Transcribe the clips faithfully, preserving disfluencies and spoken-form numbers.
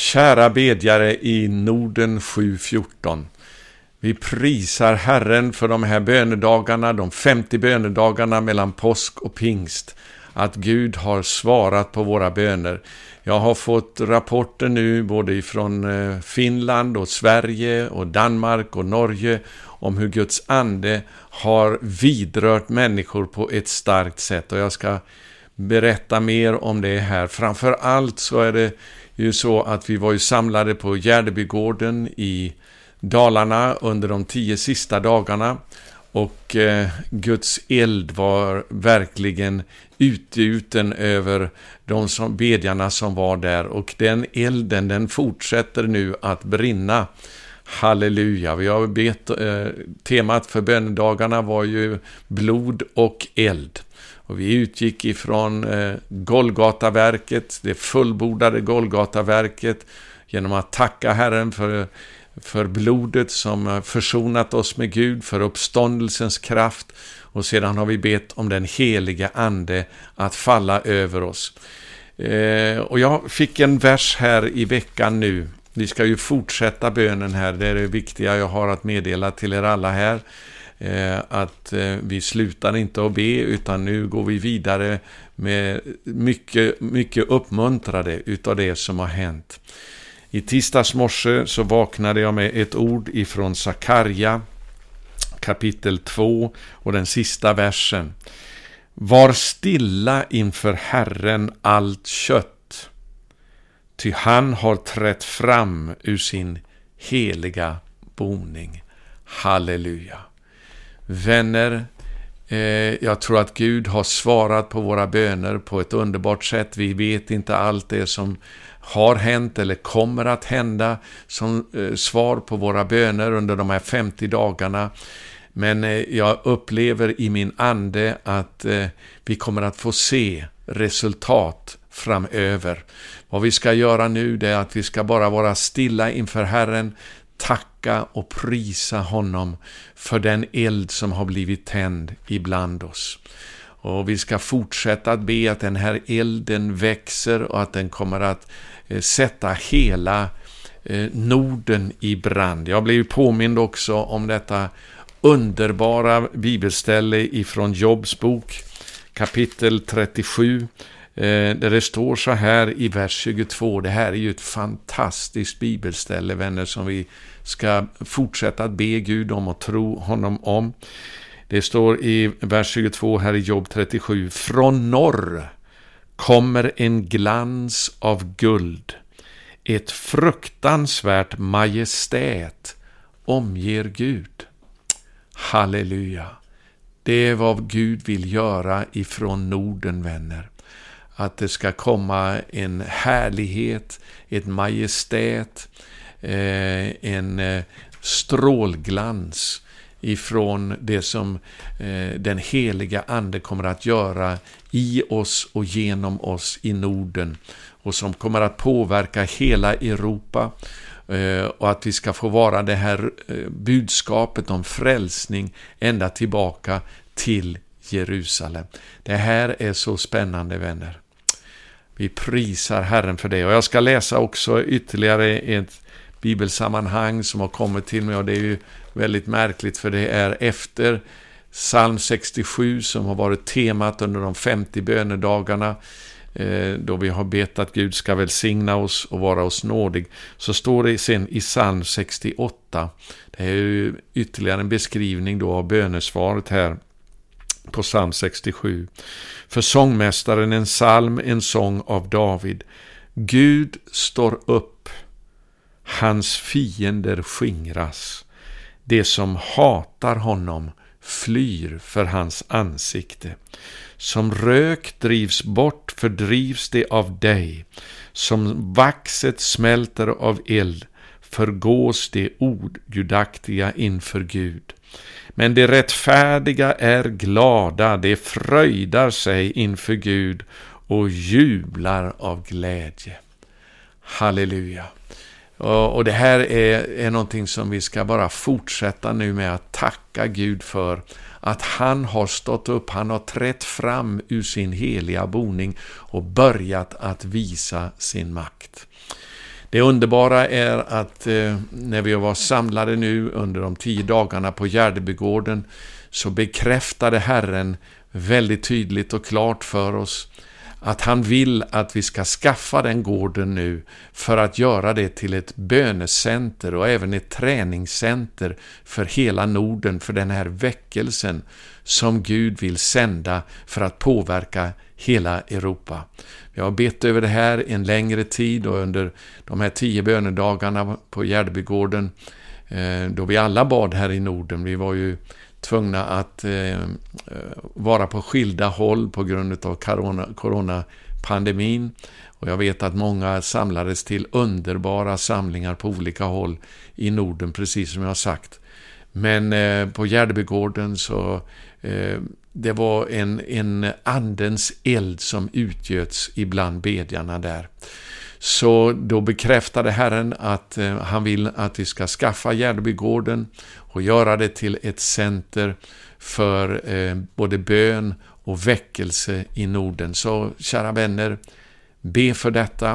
Kära bedjare i Norden sju fjorton. Vi prisar Herren för de här bönedagarna, de femtio bönedagarna mellan påsk och pingst. Att Gud har svarat på våra böner. Jag har fått rapporter nu både från Finland och Sverige och Danmark och Norge om hur Guds ande har vidrört människor på ett starkt sätt. Och jag ska berätta mer om det här. Framför allt så är det ju så att vi var ju samlade på Gärdebygården i Dalarna under de tio sista dagarna. Och eh, Guds eld var verkligen utgjuten över de som, bedjarna som var där. Och den elden, den fortsätter nu att brinna. Halleluja. Vi har bett, eh, temat för bönedagarna var ju blod och eld. Och vi utgick ifrån eh, Golgataverket, det fullbordade Golgataverket, genom att tacka Herren för för blodet som försonat oss med Gud, för uppståndelsens kraft, och sedan har vi bett om den heliga ande att falla över oss. Eh, och jag fick en vers här i veckan nu. Vi ska ju fortsätta bönen här, det är det viktiga jag har att meddela till er alla här. Eh, att eh, vi slutar inte att be, utan nu går vi vidare med mycket, mycket uppmuntrade utav det som har hänt. I tisdags morse så vaknade jag med ett ord ifrån Sakarja kapitel två och den sista versen. Var stilla inför Herren allt kött, ty han har trätt fram ur sin heliga boning. Halleluja. Vänner, eh, jag tror att Gud har svarat på våra böner på ett underbart sätt. Vi vet inte allt det som har hänt eller kommer att hända som eh, svar på våra böner under de här femtio dagarna. Men eh, jag upplever i min ande att eh, vi kommer att få se resultat framöver. Vad vi ska göra nu, det är att vi ska bara vara stilla inför Herren, tacka och prisa honom för den eld som har blivit tänd ibland oss. Och vi ska fortsätta att be att den här elden växer och att den kommer att eh, sätta hela eh, Norden i brand. Jag blev påmind också om detta underbara bibelställe ifrån Jobs bok, kapitel trettiosju, eh, där det står så här i vers tjugotvå. Det här är ju ett fantastiskt bibelställe, vänner, som vi ska fortsätta att be Gud om och tro honom om. Det står i vers tjugotvå här i Jobb trettiosju. Från norr kommer en glans av guld. Ett fruktansvärt majestät omger Gud. Halleluja. Det är vad Gud vill göra ifrån Norden, vänner. Att det ska komma en härlighet, ett majestät, eh, en eh, strålglans ifrån det som eh, den heliga ande kommer att göra i oss och genom oss i Norden, och som kommer att påverka hela Europa, eh, och att vi ska få vara det här eh, budskapet om frälsning ända tillbaka till Jerusalem. Det här är så spännande, vänner. Vi prisar Herren för det, och jag ska läsa också ytterligare ett bibelsammanhang som har kommit till mig, och det är ju väldigt märkligt, för det är efter psalm sextiosju som har varit temat under de femtio bönedagarna, eh, då vi har bett att Gud ska välsigna oss och vara oss nådig. Så står det sen i psalm sextioåtta, det är ju ytterligare en beskrivning då av bönesvaret här på psalm sextiosju. För sångmästaren en psalm, en sång av David. Gud står upp, hans fiender skingras. Det som hatar honom flyr för hans ansikte. Som rök drivs bort fördrivs det av dig. Som vaxet smälter av eld förgås det ogudaktiga inför Gud. Men de rättfärdiga är glada, de fröjdar sig inför Gud och jublar av glädje. Halleluja. Och det här är, är någonting som vi ska bara fortsätta nu med att tacka Gud för. Att han har stått upp, han har trätt fram ur sin heliga boning och börjat att visa sin makt. Det underbara är att eh, när vi var samlade nu under de tio dagarna på Gärdebygården, så bekräftade Herren väldigt tydligt och klart för oss att han vill att vi ska skaffa den gården nu för att göra det till ett bönecenter och även ett träningscenter för hela Norden, för den här väckelsen som Gud vill sända för att påverka hela Europa. Vi har bett över det här en längre tid, och under de här tio bönedagarna på Gärdebygården, då vi alla bad här i Norden, vi var ju tvungna att eh, vara på skilda håll på grund av corona, coronapandemin. Och jag vet att många samlades till underbara samlingar på olika håll i Norden, precis som jag har sagt. Men eh, på Gärdebygården så eh, det var en, en andens eld som utgöts ibland bedjarna där. Så då bekräftade Herren att eh, han vill att vi ska skaffa Gärdebygården och göra det till ett center för eh, både bön och väckelse i Norden. Så kära vänner, be för detta.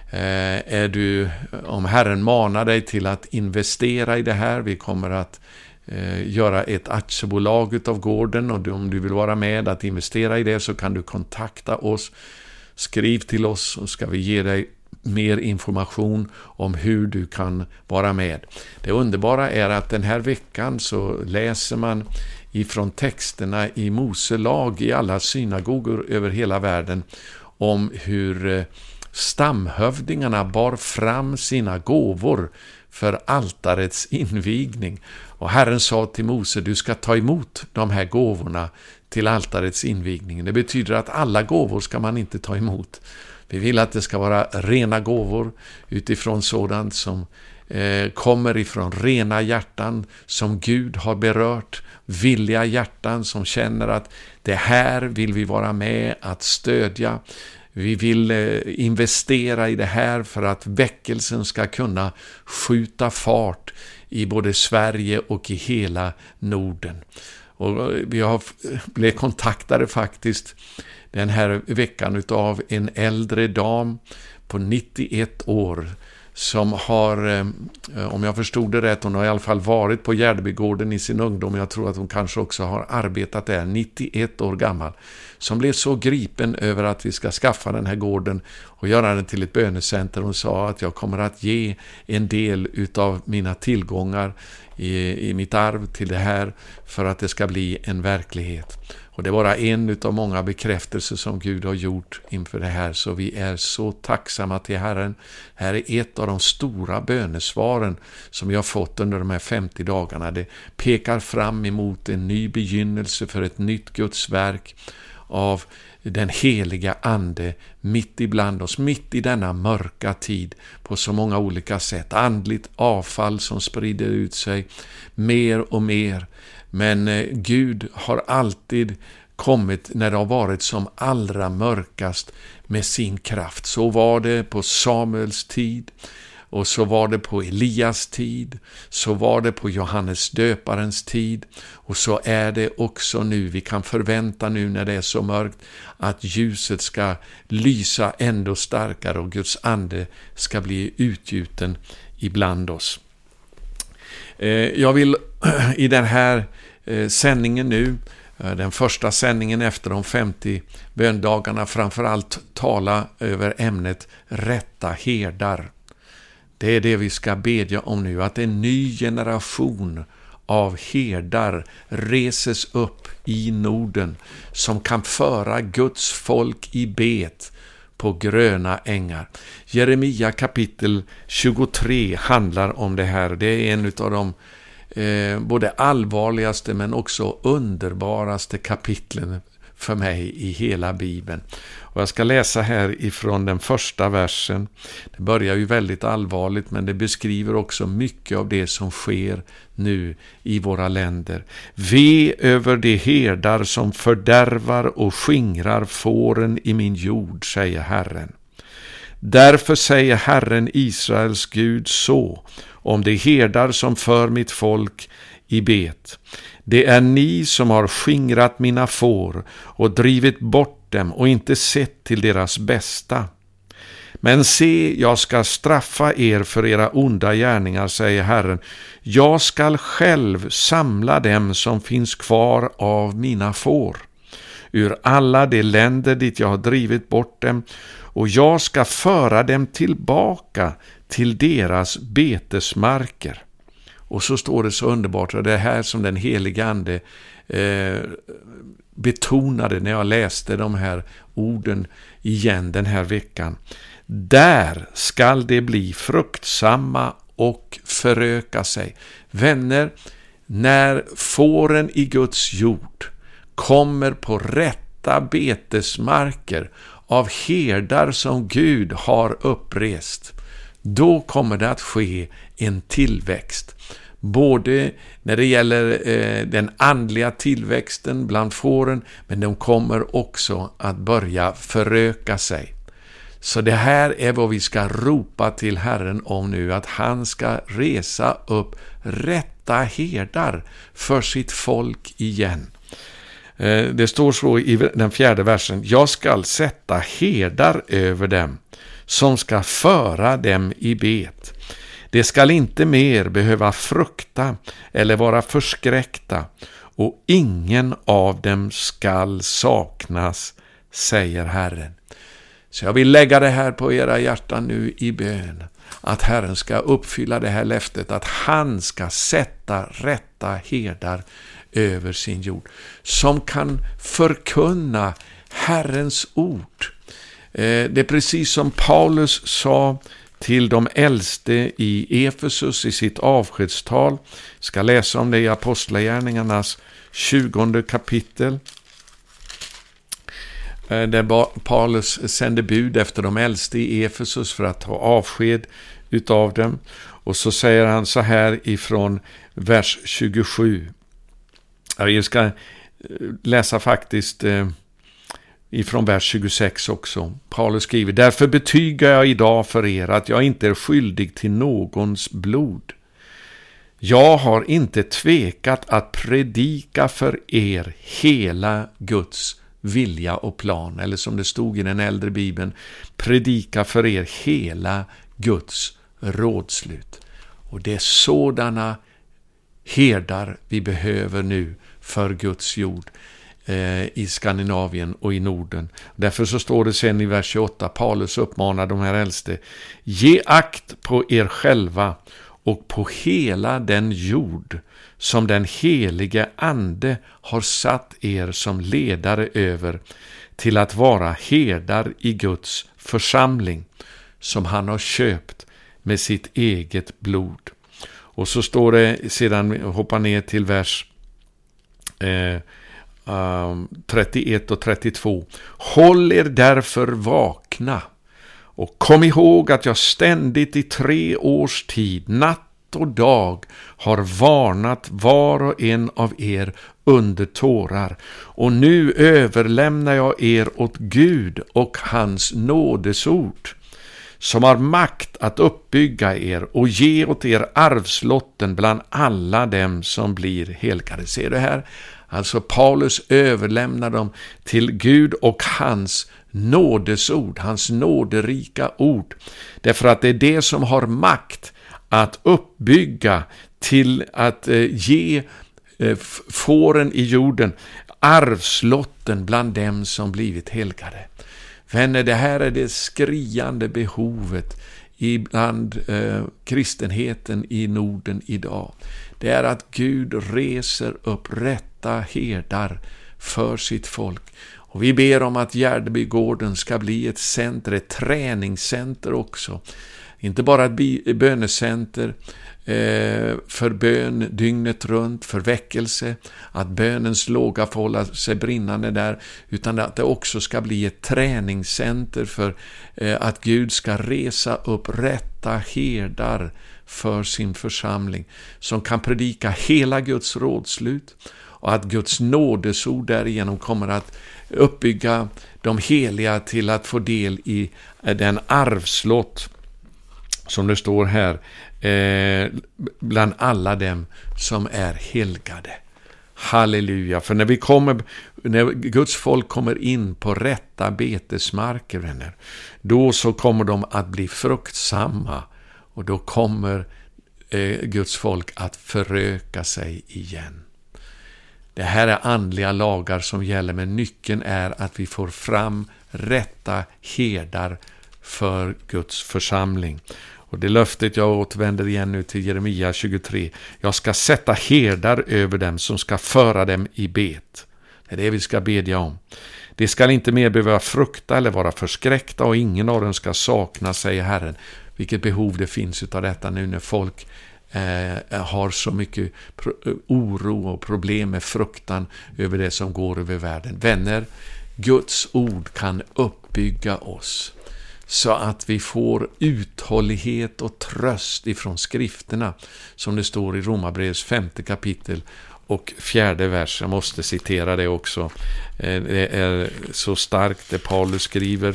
Eh, är du, om Herren manar dig till att investera i det här, vi kommer att eh, göra ett aktiebolag utav gården, och om du vill vara med att investera i det så kan du kontakta oss. Skriv till oss så ska vi ge dig mer information om hur du kan vara med. Det underbara är att den här veckan så läser man ifrån texterna i Mose lag i alla synagogor över hela världen om hur stamhövdingarna bar fram sina gåvor för altarets invigning. Och Herren sa till Mose, du ska ta emot de här gåvorna till altarets invigning. Det betyder att alla gåvor ska man inte ta emot. Vi vill att det ska vara rena gåvor utifrån sådant som eh, kommer ifrån rena hjärtan som Gud har berört, villiga hjärtan som känner att det här vill vi vara med att stödja. Vi vill eh, investera i det här för att väckelsen ska kunna skjuta fart i både Sverige och i hela Norden. Och vi har blivit kontaktade faktiskt den här veckan utav en äldre dam på nittioett år som har, om jag förstod det rätt, hon har i alla fall varit på Gärdebygården i sin ungdom, jag tror att hon kanske också har arbetat där, nittioett år gammal, som blev så gripen över att vi ska skaffa den här gården och göra den till ett bönecenter. Hon sa att jag kommer att ge en del utav mina tillgångar i, i mitt arv till det här för att det ska bli en verklighet. Och det är bara en av många bekräftelser som Gud har gjort inför det här. Så vi är så tacksamma till Herren. Här är ett av de stora bönesvaren som vi har fått under de här femtio dagarna. Det pekar fram emot en ny begynnelse för ett nytt Guds verk av den heliga ande mitt ibland oss, mitt i denna mörka tid på så många olika sätt. Andligt avfall som sprider ut sig mer och mer. Men eh, Gud har alltid kommit när det har varit som allra mörkast med sin kraft. Så var det på Samuels tid, och så var det på Elias tid, så var det på Johannes döparens tid, och så är det också nu. Vi kan förvänta nu när det är så mörkt att ljuset ska lysa ändå starkare och Guds ande ska bli utgjuten ibland oss. Eh, jag vill i den här eh, sändningen nu, eh, den första sändningen efter de femtio böndagarna, framförallt tala över ämnet rätta herdar. Det är det vi ska bedja om nu, att en ny generation av herdar reses upp i Norden som kan föra Guds folk i bet på gröna ängar. Jeremia kapitel tjugotre handlar om det här. Det är en av de eh, både allvarligaste men också underbaraste kapitlen för mig i hela Bibeln. Och jag ska läsa här ifrån den första versen. Det börjar ju väldigt allvarligt, men det beskriver också mycket av det som sker nu i våra länder. Ve över de herdar som fördärvar och skingrar fåren i min jord, säger Herren. Därför säger Herren Israels Gud så om de herdar som för mitt folk i bet. Det är ni som har skingrat mina får och drivit bort dem och inte sett till deras bästa. Men se, jag ska straffa er för era onda gärningar, säger Herren. Jag skall själv samla dem som finns kvar av mina får ur alla de länder dit jag har drivit bort dem, och jag ska föra dem tillbaka till deras betesmarker. Och så står det så underbart, och det är här som den helige ande eh, betonade när jag läste de här orden igen den här veckan. Där skall det bli fruktsamma och föröka sig. Vänner, när fåren i Guds jord kommer på rätta betesmarker av herdar som Gud har upprest, då kommer det att ske en tillväxt. Både när det gäller eh, den andliga tillväxten bland fåren, men de kommer också att börja föröka sig. Så det här är vad vi ska ropa till Herren om nu, att han ska resa upp rätta herdar för sitt folk igen. Eh, det står så i den fjärde versen: jag ska sätta herdar över dem som ska föra dem i bet. Det skall inte mer behöva frukta eller vara förskräckta, och ingen av dem skall saknas, säger Herren. Så jag vill lägga det här på era hjärtan nu i bön, att Herren ska uppfylla det här löftet, att han ska sätta rätta herdar över sin jord, som kan förkunna Herrens ord. Det är precis som Paulus sa till de äldste i Efesus i sitt avskedstal. Jag ska läsa om det i Apostlagärningarnas tjugonde kapitel. Där Paulus sände bud efter de äldste i Efesus för att ta avsked utav dem. Och så säger han så här ifrån vers tjugosju. Jag ska läsa faktiskt ifrån vers tjugosex också. Paulus skriver: därför betygar jag idag för er att jag inte är skyldig till någons blod. Jag har inte tvekat att predika för er hela Guds vilja och plan. Eller som det stod i den äldre Bibeln, predika för er hela Guds rådslut. Och det är sådana herdar vi behöver nu för Guds jord i Skandinavien och i Norden. Därför så står det sen i vers tjugoåtta, Paulus uppmanar de här äldste: ge akt på er själva och på hela den jord som den helige ande har satt er som ledare över, till att vara herdar i Guds församling, som han har köpt med sitt eget blod. Och så står det sedan, hoppa ner till vers eh, Um, trettioett och trettiotvå. Håll er därför vakna och kom ihåg att jag ständigt i tre års tid, natt och dag, har varnat var och en av er under tårar. Och nu överlämnar jag er åt Gud och hans nådesord, som har makt att uppbygga er och ge åt er arvslotten bland alla dem som blir helgade. Ser du här? Alltså Paulus överlämnar dem till Gud och hans nådesord, hans nåderika ord. Därför att det är det som har makt att uppbygga, till att eh, ge eh, fåren i jorden arvslotten bland dem som blivit helgade. Vänner, det här är det skriande behovet ibland eh, kristenheten i Norden idag. Det är att Gud reser upp rätta herdar för sitt folk. Och vi ber om att Gärdebygården ska bli ett center, ett träningscenter också. Inte bara ett bönecenter eh, för bön dygnet runt, för väckelse, att bönens låga får hålla sig brinnande där, utan att det också ska bli ett träningscenter för eh, att Gud ska resa upp rätta herdar för sin församling, som kan predika hela Guds rådslut, och att Guds nådesord därigenom kommer att uppbygga de heliga till att få del i den arvslott som det står här, eh, bland alla dem som är helgade. Halleluja, för när vi kommer, när Guds folk kommer in på rätta betesmarker, vänner, då så kommer de att bli fruktsamma, och då kommer eh, Guds folk att föröka sig igen. Det här är andliga lagar som gäller, men nyckeln är att vi får fram rätta herdar för Guds församling. Och det löftet, jag återvänder igen nu till Jeremia tjugotre. Jag ska sätta herdar över dem som ska föra dem i bet. Det är det vi ska bedja om. Det ska inte mer behöva frukta eller vara förskräckta, och ingen av dem ska sakna, säger Herren. Vilket behov det finns av detta nu när folk eh, har så mycket pro- oro och problem med fruktan över det som går över världen. Vänner, Guds ord kan uppbygga oss så att vi får uthållighet och tröst ifrån skrifterna, som det står i Romarbrevets femte kapitel och fjärde vers. Jag måste citera det också. Det är så starkt det Paulus skriver.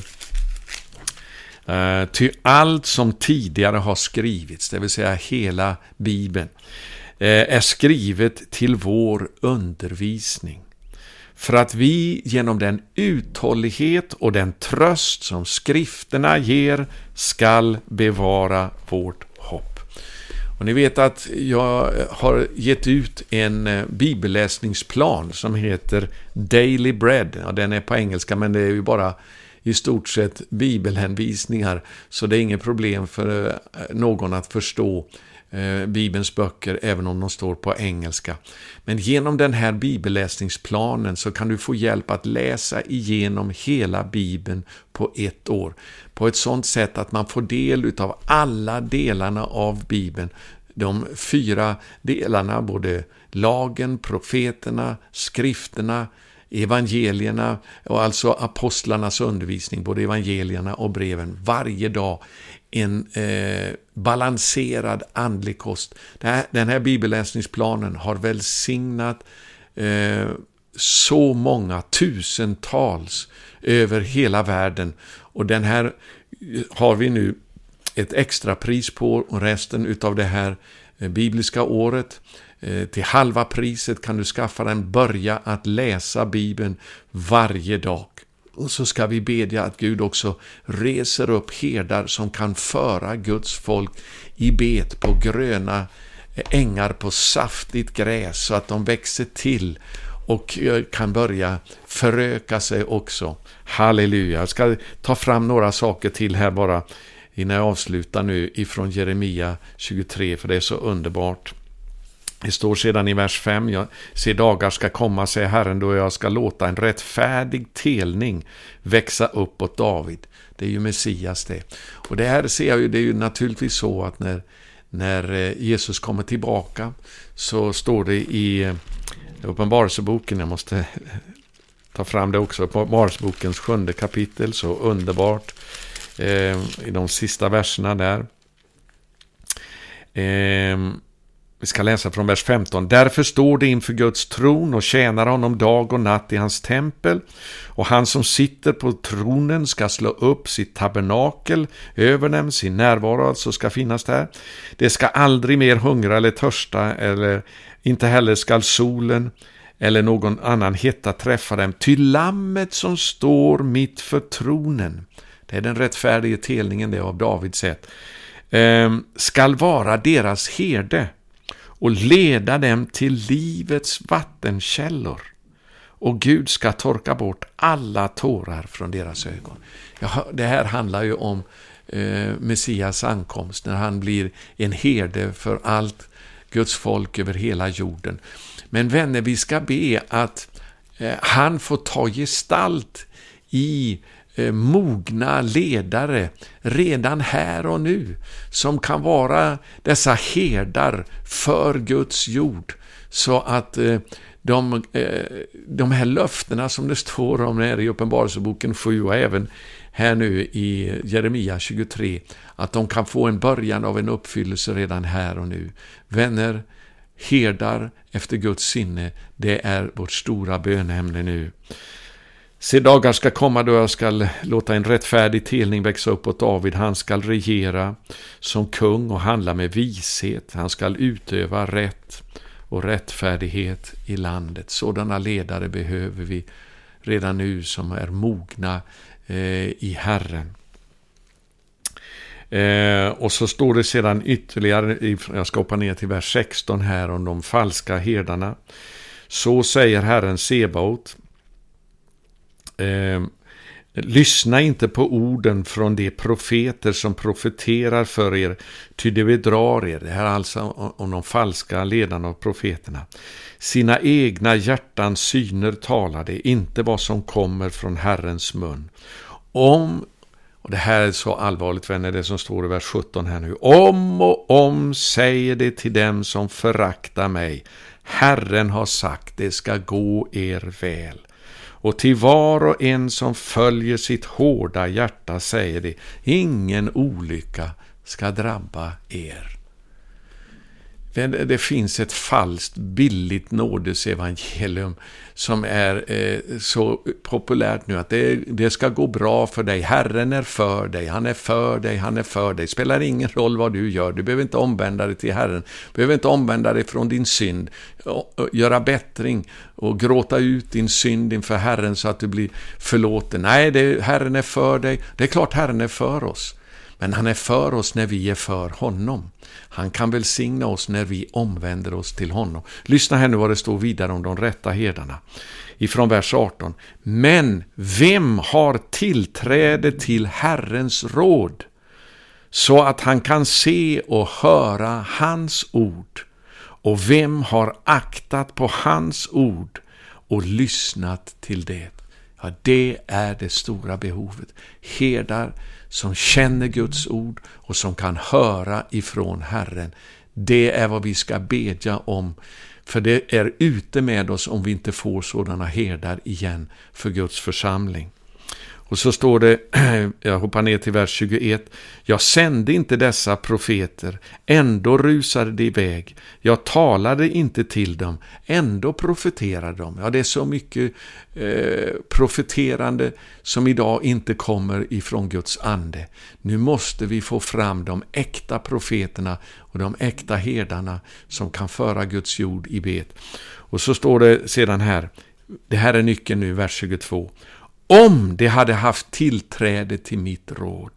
Ty allt som tidigare har skrivits, det vill säga hela Bibeln, är skrivet till vår undervisning, för att vi genom den uthållighet och den tröst som skrifterna ger skall bevara vårt hopp. Och ni vet att jag har gett ut en bibelläsningsplan som heter Daily Bread. Ja, den är på engelska, men det är ju bara i stort sett bibelhänvisningar, så det är inget problem för någon att förstå Bibelns böcker även om de står på engelska. Men genom den här bibelläsningsplanen så kan du få hjälp att läsa igenom hela Bibeln på ett år, på ett sådant sätt att man får del av alla delarna av Bibeln. De fyra delarna, både lagen, profeterna, skrifterna, evangelierna, och alltså apostlarnas undervisning, både evangelierna och breven, varje dag en eh, balanserad andlig kost. Här, den här bibelläsningsplanen har välsignat eh, så många tusentals över hela världen, och den här har vi nu ett extra pris på, och resten utav det här eh, bibliska året eh, till halva priset kan du skaffa den. Börja att läsa Bibeln varje dag. Och så ska vi bedja att Gud också reser upp herdar som kan föra Guds folk i bet på gröna ängar, på saftigt gräs, så att de växer till och kan börja föröka sig också. Halleluja. Jag ska ta fram några saker till här bara innan jag avslutar nu ifrån Jeremia tjugotre, för det är så underbart. Det står sedan i vers fem: jag ser dagar ska komma, säger Herren, då jag ska låta en rättfärdig telning växa upp åt David. Det är ju Messias det. Och det här ser jag ju, det är ju naturligtvis så att när, när Jesus kommer tillbaka, så står det i Uppenbarelseboken, jag måste ta fram det också, Uppenbarelsebokens sjunde kapitel, så underbart, eh, i de sista verserna där. Eh, Vi ska läsa från vers femton. Därför står det inför Guds tron och tjänar honom dag och natt i hans tempel. Och han som sitter på tronen ska slå upp sitt tabernakel över dem, sin närvaro alltså ska finnas där. Det ska aldrig mer hungra eller törsta, eller inte heller skall solen eller någon annan hetta träffa dem. Ty lammet som står mitt för tronen, det är den rättfärdige telningen, det av Davids sätt, skall vara deras herde och leda dem till livets vattenkällor, och Gud ska torka bort alla tårar från deras ögon. Ja, det här handlar ju om eh, Messias ankomst, när han blir en herde för allt Guds folk över hela jorden. Men vänner, vi ska be att eh, han får ta gestalt i eh, mogna ledare redan här och nu, som kan vara dessa herdar för Guds jord, så att eh, de, eh, de här löftena som det står om här i Uppenbarelseboken sju och även här nu i Jeremia tjugotre, att de kan få en början av en uppfyllelse redan här och nu. Vänner, herdar efter Guds sinne, det är vårt stora bönämne nu. Se, dagar ska komma då jag ska låta en rättfärdig telning växa upp åt David. Han ska regera som kung och handla med vishet. Han ska utöva rätt och rättfärdighet i landet. Sådana ledare behöver vi redan nu som är mogna eh, i Herren. Eh, och så står det sedan ytterligare, jag ska hoppa ner till vers sexton här, om de falska herdarna. Så säger Herren Sebaot, eh, lyssna inte på orden från de profeter som profeterar för er, ty det bedrar er. Det här är alltså om de falska ledarna och profeterna. Sina egna hjärtans syner talade, inte vad som kommer från Herrens mun. Om, och det här är så allvarligt, vänner, det som står i vers sjutton här nu. Om och om säger det till dem som föraktar mig. Herren har sagt, det ska gå er väl. Och till var och en som följer sitt hårda hjärta säger det, ingen olycka ska drabba er. Det finns ett falskt billigt nådesevangelium som är eh, så populärt nu att det, det ska gå bra för dig. Herren är för dig, han är för dig, han är för dig. Spelar ingen roll vad du gör. Du behöver inte omvända dig till Herren. Du behöver inte omvända dig från din synd. Och, och göra bättring och gråta ut din synd inför Herren så att du blir förlåten. Nej, det, Herren är för dig. Det är klart Herren är för oss. Men han är för oss när vi är för honom. Han kan välsigna oss när vi omvänder oss till honom. Lyssna här nu vad det står vidare om de rätta herdarna. Ifrån vers arton. Men vem har tillträde till Herrens råd, så att han kan se och höra hans ord? Och vem har aktat på hans ord och lyssnat till det? Ja, det är det stora behovet. Herdar som känner Guds ord och som kan höra ifrån Herren. Det är vad vi ska bedja om. För det är ute med oss om vi inte får sådana herdar igen för Guds församling. Och så står det, jag hoppar ner till vers tjugoett. Jag sände inte dessa profeter, ändå rusade de iväg. Jag talade inte till dem, ändå profeterade de. Ja, det är så mycket eh, profeterande som idag inte kommer ifrån Guds ande. Nu måste vi få fram de äkta profeterna och de äkta herdarna som kan föra Guds jord i bet. Och så står det sedan här, det här är nyckeln nu, vers tjugotvå. Om de hade haft tillträde till mitt råd,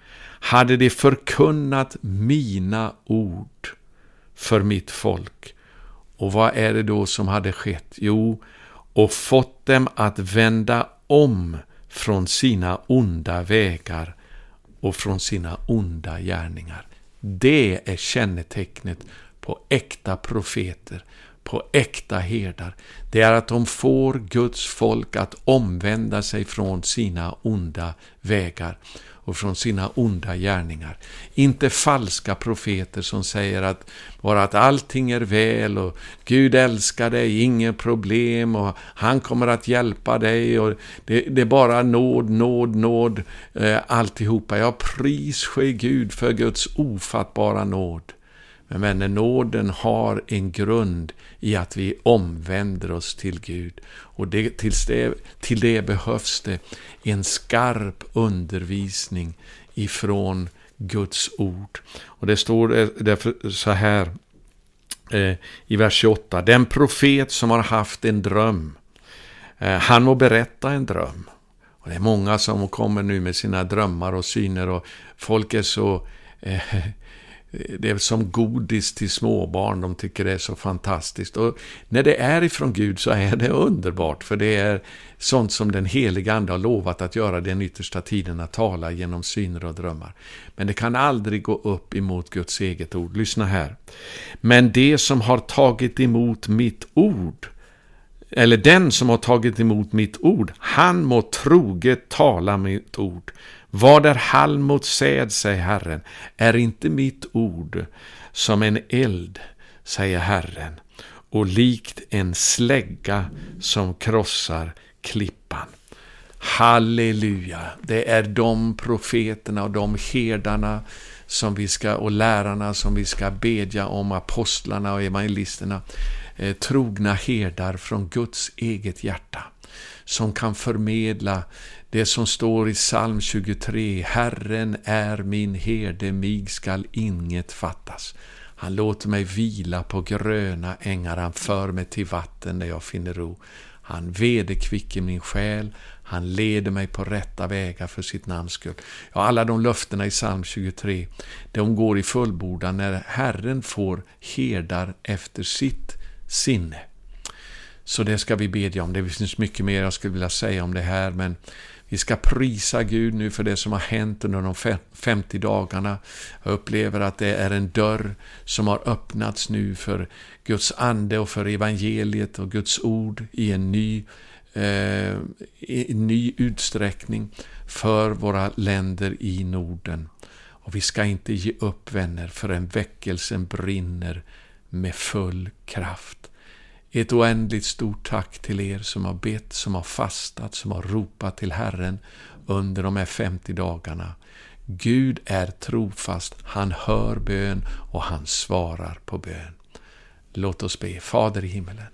hade de förkunnat mina ord för mitt folk. Och vad är det då som hade skett? Jo, och fått dem att vända om från sina onda vägar och från sina onda gärningar. Det är kännetecknet på äkta profeter, på äkta herdar. Det är att de får Guds folk att omvända sig från sina onda vägar och från sina onda gärningar. Inte falska profeter som säger att bara att allting är väl och Gud älskar dig, inga problem och han kommer att hjälpa dig och det, det är bara nåd, nåd, nåd eh, alltihopa. Jag pris ske Gud för Guds ofattbara nåd. Men vänner, nåden har en grund i att vi omvänder oss till Gud. Och det, till, det, till det behövs det en skarp undervisning ifrån Guds ord. Och det står därför så här eh, i vers tjugoåtta. Den profet som har haft en dröm, eh, han må berätta en dröm. Och det är många som kommer nu med sina drömmar och syner och folk är så... Eh, Det är som godis till småbarn. De tycker det är så fantastiskt. Och när det är ifrån Gud så är det underbart. För det är sånt som den heliga ande har lovat att göra den yttersta tiden. Att tala genom syner och drömmar. Men det kan aldrig gå upp emot Guds eget ord. Lyssna här. Men det som har tagit emot mitt ord, eller den som har tagit emot mitt ord, han må troget tala mitt ord. Vad är halm mot säd, säger Herren, är inte mitt ord som en eld, säger Herren, och likt en slägga som krossar klippan. Halleluja, det är de profeterna och de herdarna som vi ska, och lärarna som vi ska bedja om, apostlarna och evangelisterna, eh, trogna herdar från Guds eget hjärta, som kan förmedla det som står i psalm tjugotre. Herren är min herde, mig skall inget fattas. Han låter mig vila på gröna ängar. Han för mig till vatten där jag finner ro. Han vederkvicker min själ. Han leder mig på rätta vägar för sitt namns skull. Ja, alla de löftena i psalm tjugotre, de går i fullbordan när Herren får herdar efter sitt sinne. Så det ska vi bedja om. Det finns mycket mer jag skulle vilja säga om det här, men vi ska prisa Gud nu för det som har hänt under de femtio dagarna. Jag upplever att det är en dörr som har öppnats nu för Guds ande och för evangeliet och Guds ord i en ny, eh, i en ny utsträckning för våra länder i Norden. Och vi ska inte ge upp, vänner, förrän väckelsen brinner med full kraft. Ett oändligt stort tack till er som har bett, som har fastat, som har ropat till Herren under de här femtio dagarna. Gud är trofast, han hör bön och han svarar på bön. Låt oss be. Fader i himmelen,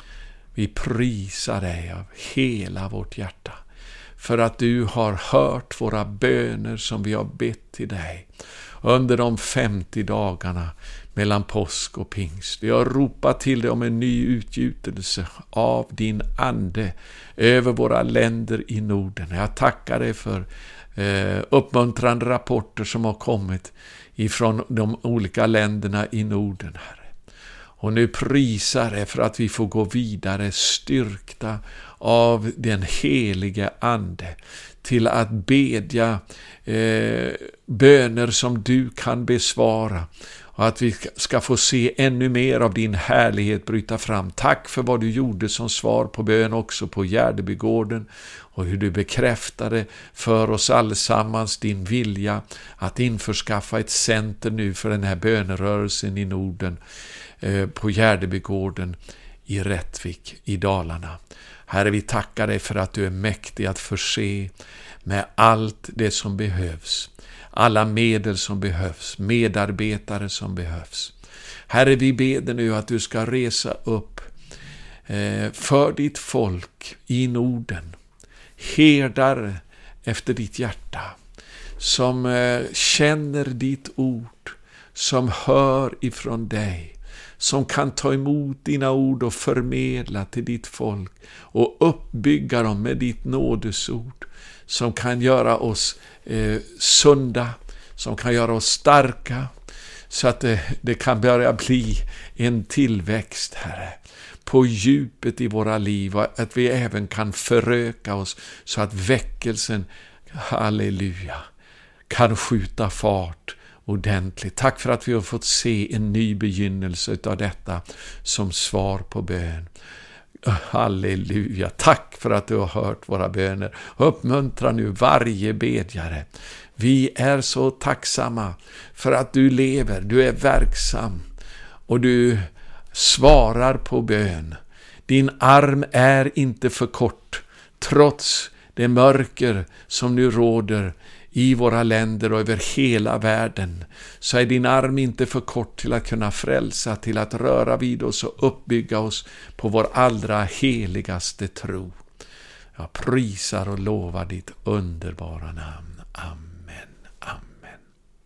vi prisar dig av hela vårt hjärta för att du har hört våra böner som vi har bett till dig under de femtio dagarna mellan påsk och pingst. Vi har ropat till dig om en ny utgjutelse av din ande över våra länder i Norden. Jag tackar dig för eh, uppmuntrande rapporter som har kommit ifrån de olika länderna i Norden, Herre. Och nu prisar dig för att vi får gå vidare styrkta av den helige ande till att bedja eh, böner som du kan besvara. Och att vi ska få se ännu mer av din härlighet bryta fram. Tack för vad du gjorde som svar på bön också på Gärdebygården. Och hur du bekräftade för oss allesammans din vilja att införskaffa ett center nu för den här bönerörelsen i Norden. Eh, på Gärdebygården i Rättvik i Dalarna. Herre, vi tackar dig för att du är mäktig att förse med allt det som behövs. Alla medel som behövs, medarbetare som behövs. Herre, vi ber nu att du ska resa upp eh, för ditt folk i Norden. Herdar efter ditt hjärta. Som eh, känner ditt ord. Som hör ifrån dig. Som kan ta emot dina ord och förmedla till ditt folk. Och uppbygga dem med ditt nådesord. Som kan göra oss eh, sunda, som kan göra oss starka, så att det, det kan börja bli en tillväxt, Herre, på djupet i våra liv, och att vi även kan föröka oss så att väckelsen, halleluja, kan skjuta fart ordentligt. Tack för att vi har fått se en ny begynnelse av detta som svar på bön. Halleluja, tack för att du har hört våra böner. Uppmuntra nu varje bedjare. Vi är så tacksamma för att du lever, du är verksam och du svarar på bön. Din arm är inte för kort, trots det mörker som nu råder i våra länder och över hela världen, så är din arm inte för kort till att kunna frälsa, till att röra vid oss och uppbygga oss på vår allra heligaste tro. Jag prisar och lovar ditt underbara namn. Amen, amen.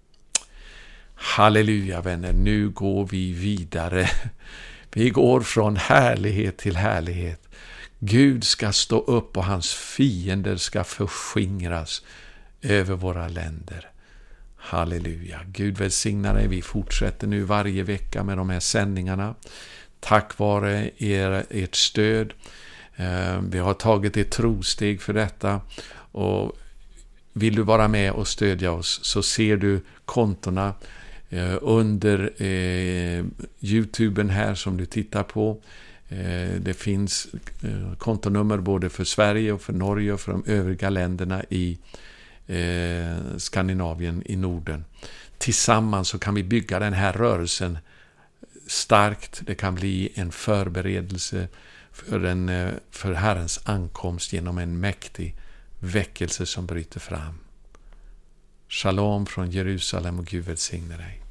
Halleluja, vänner, nu går vi vidare. Vi går från härlighet till härlighet. Gud ska stå upp och hans fiender ska förskingras över våra länder. Halleluja. Gud välsigna dig. Vi fortsätter nu varje vecka med de här sändningarna. Tack vare er, ert stöd. Eh, vi har tagit ett trosteg för detta. Och vill du vara med och stödja oss, så ser du kontona eh, under eh, YouTuben här som du tittar på. Eh, det finns eh, kontonummer både för Sverige och för Norge och för de övriga länderna i Eh, Skandinavien, i Norden. Tillsammans så kan vi bygga den här rörelsen starkt. Det kan bli en förberedelse för, en, för Herrens ankomst genom en mäktig väckelse som bryter fram. Shalom från Jerusalem, och Gud välsigne dig.